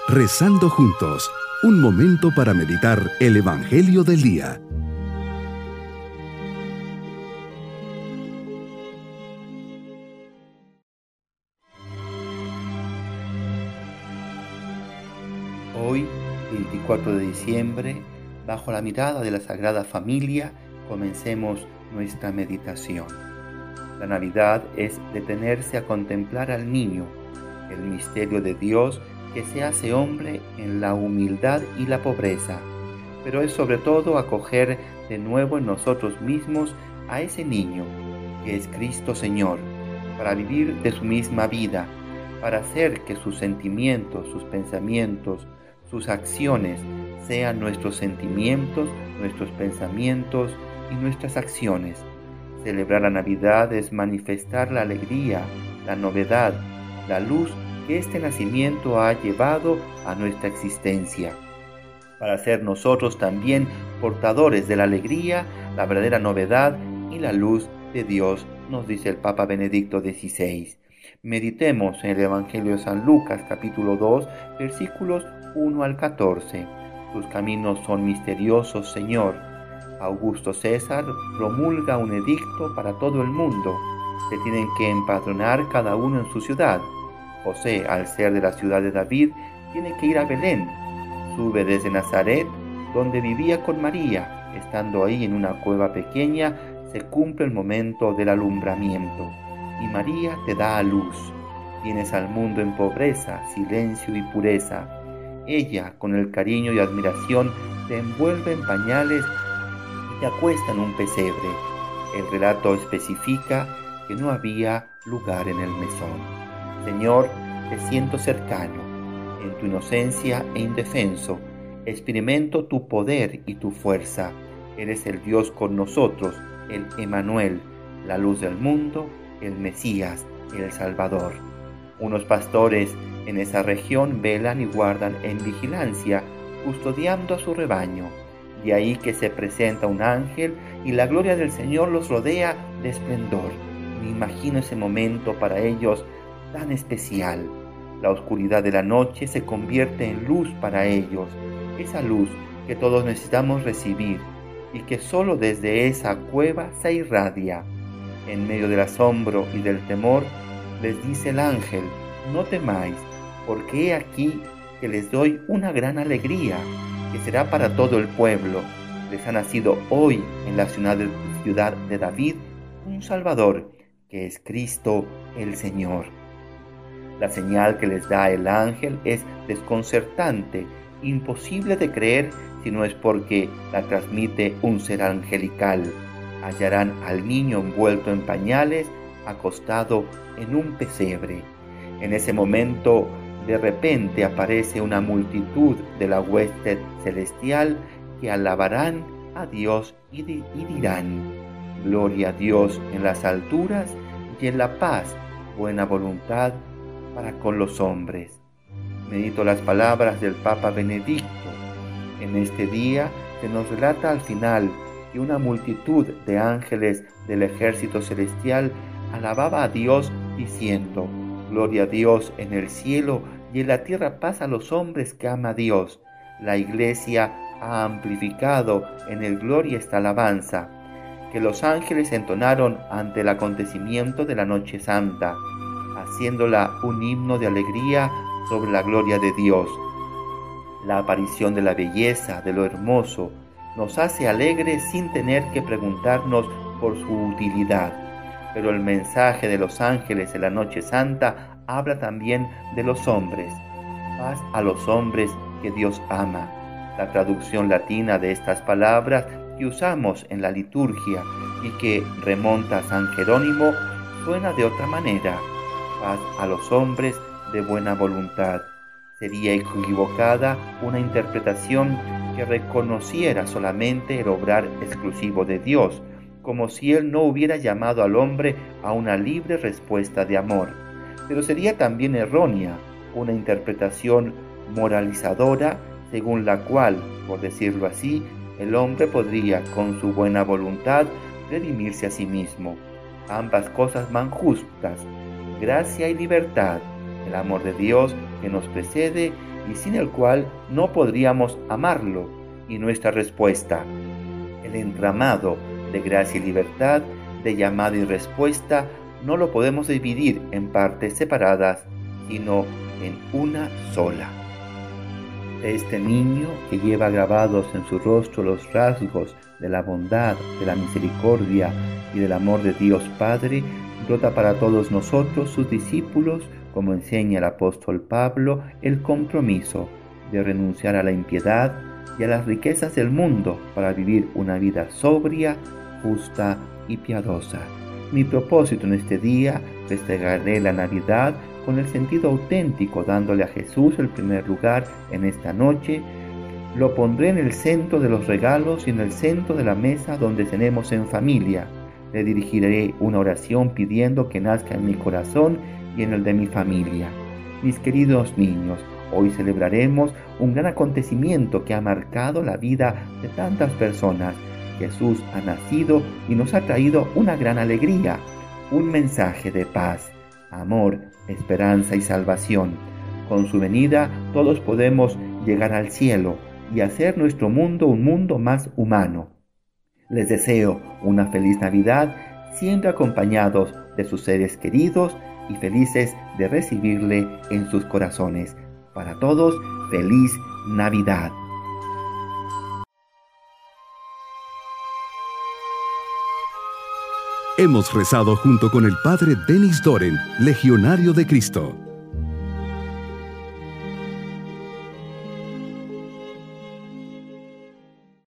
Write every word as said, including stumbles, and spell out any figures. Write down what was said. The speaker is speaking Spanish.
Rezando juntos, un momento para meditar el Evangelio del día. Hoy, veinticuatro de diciembre, bajo la mirada de la Sagrada Familia, comencemos nuestra meditación. La Navidad es detenerse a contemplar al niño, el misterio de Dios que se hace hombre en la humildad y la pobreza, pero es sobre todo acoger de nuevo en nosotros mismos a ese niño, que es Cristo Señor, para vivir de su misma vida, para hacer que sus sentimientos, sus pensamientos, sus acciones sean nuestros sentimientos, nuestros pensamientos y nuestras acciones. Celebrar la Navidad es manifestar la alegría, la novedad, la luz que este nacimiento ha llevado a nuestra existencia, para ser nosotros también portadores de la alegría, la verdadera novedad y la luz de Dios, nos dice el Papa Benedicto dieciséis. Meditemos en el Evangelio de San Lucas, capítulo dos, versículos uno al catorce. Tus caminos son misteriosos, Señor. Augusto César promulga un edicto para todo el mundo. Se tienen que empadronar cada uno en su ciudad. José, al ser de la ciudad de David, tiene que ir a Belén. Sube desde Nazaret, donde vivía con María. Estando ahí en una cueva pequeña, se cumple el momento del alumbramiento. Y María te da a luz. Vienes al mundo en pobreza, silencio y pureza. Ella, con el cariño y admiración, te envuelve en pañales y te acuesta en un pesebre. El relato especifica que no había lugar en el mesón. Señor, te siento cercano. En tu inocencia e indefenso, experimento tu poder y tu fuerza. Eres el Dios con nosotros, el Emmanuel, la luz del mundo, el Mesías, el Salvador. Unos pastores en esa región velan y guardan en vigilancia, custodiando a su rebaño. De ahí que se presenta un ángel y la gloria del Señor los rodea de esplendor. Me imagino ese momento para ellos tan especial. La oscuridad de la noche se convierte en luz para ellos, esa luz que todos necesitamos recibir y que solo desde esa cueva se irradia. En medio del asombro y del temor, les dice el ángel: no temáis, porque he aquí que les doy una gran alegría, que será para todo el pueblo. Les ha nacido hoy en la ciudad de, ciudad de David un Salvador, que es Cristo el Señor. La señal que les da el ángel es desconcertante, imposible de creer si no es porque la transmite un ser angelical. Hallarán al niño envuelto en pañales, acostado en un pesebre. En ese momento, de repente aparece una multitud de la hueste celestial que alabarán a Dios y, di- y dirán: gloria a Dios en las alturas y en la paz, buena voluntad para con los hombres. Medito las palabras del Papa Benedicto. En este día se nos relata al final que una multitud de ángeles del ejército celestial alababa a Dios diciendo: gloria a Dios en el cielo y en la tierra paz a los hombres que ama a Dios. La Iglesia ha amplificado en el gloria esta alabanza que los ángeles entonaron ante el acontecimiento de la Noche Santa, haciéndola un himno de alegría sobre la gloria de Dios. La aparición de la belleza, de lo hermoso, nos hace alegres sin tener que preguntarnos por su utilidad. Pero el mensaje de los ángeles en la Noche Santa habla también de los hombres. Paz a los hombres que Dios ama. La traducción latina de estas palabras que usamos en la liturgia y que remonta a San Jerónimo suena de otra manera: paz a los hombres de buena voluntad. Sería equivocada una interpretación que reconociera solamente el obrar exclusivo de Dios, como si Él no hubiera llamado al hombre a una libre respuesta de amor. Pero sería también errónea una interpretación moralizadora según la cual, por decirlo así, el hombre podría, con su buena voluntad, redimirse a sí mismo. Ambas cosas van justas, gracia y libertad, el amor de Dios que nos precede y sin el cual no podríamos amarlo. Y nuestra respuesta, el entramado de gracia y libertad, de llamada y respuesta, no lo podemos dividir en partes separadas, sino en una sola. Este niño, que lleva grabados en su rostro los rasgos de la bondad, de la misericordia y del amor de Dios Padre, brota para todos nosotros, sus discípulos, como enseña el apóstol Pablo, el compromiso de renunciar a la impiedad y a las riquezas del mundo para vivir una vida sobria, justa y piadosa. Mi propósito en este día, festejaré la Navidad con el sentido auténtico, dándole a Jesús el primer lugar en esta noche. Lo pondré en el centro de los regalos y en el centro de la mesa donde cenemos en familia. Le dirigiré una oración pidiendo que nazca en mi corazón y en el de mi familia. Mis queridos niños, hoy celebraremos un gran acontecimiento que ha marcado la vida de tantas personas. Jesús ha nacido y nos ha traído una gran alegría, un mensaje de paz, amor, esperanza y salvación. Con su venida todos podemos llegar al cielo y hacer nuestro mundo un mundo más humano. Les deseo una feliz Navidad, siempre acompañados de sus seres queridos y felices de recibirle en sus corazones. Para todos, feliz Navidad. Hemos rezado junto con el Padre Denis Doren, Legionario de Cristo.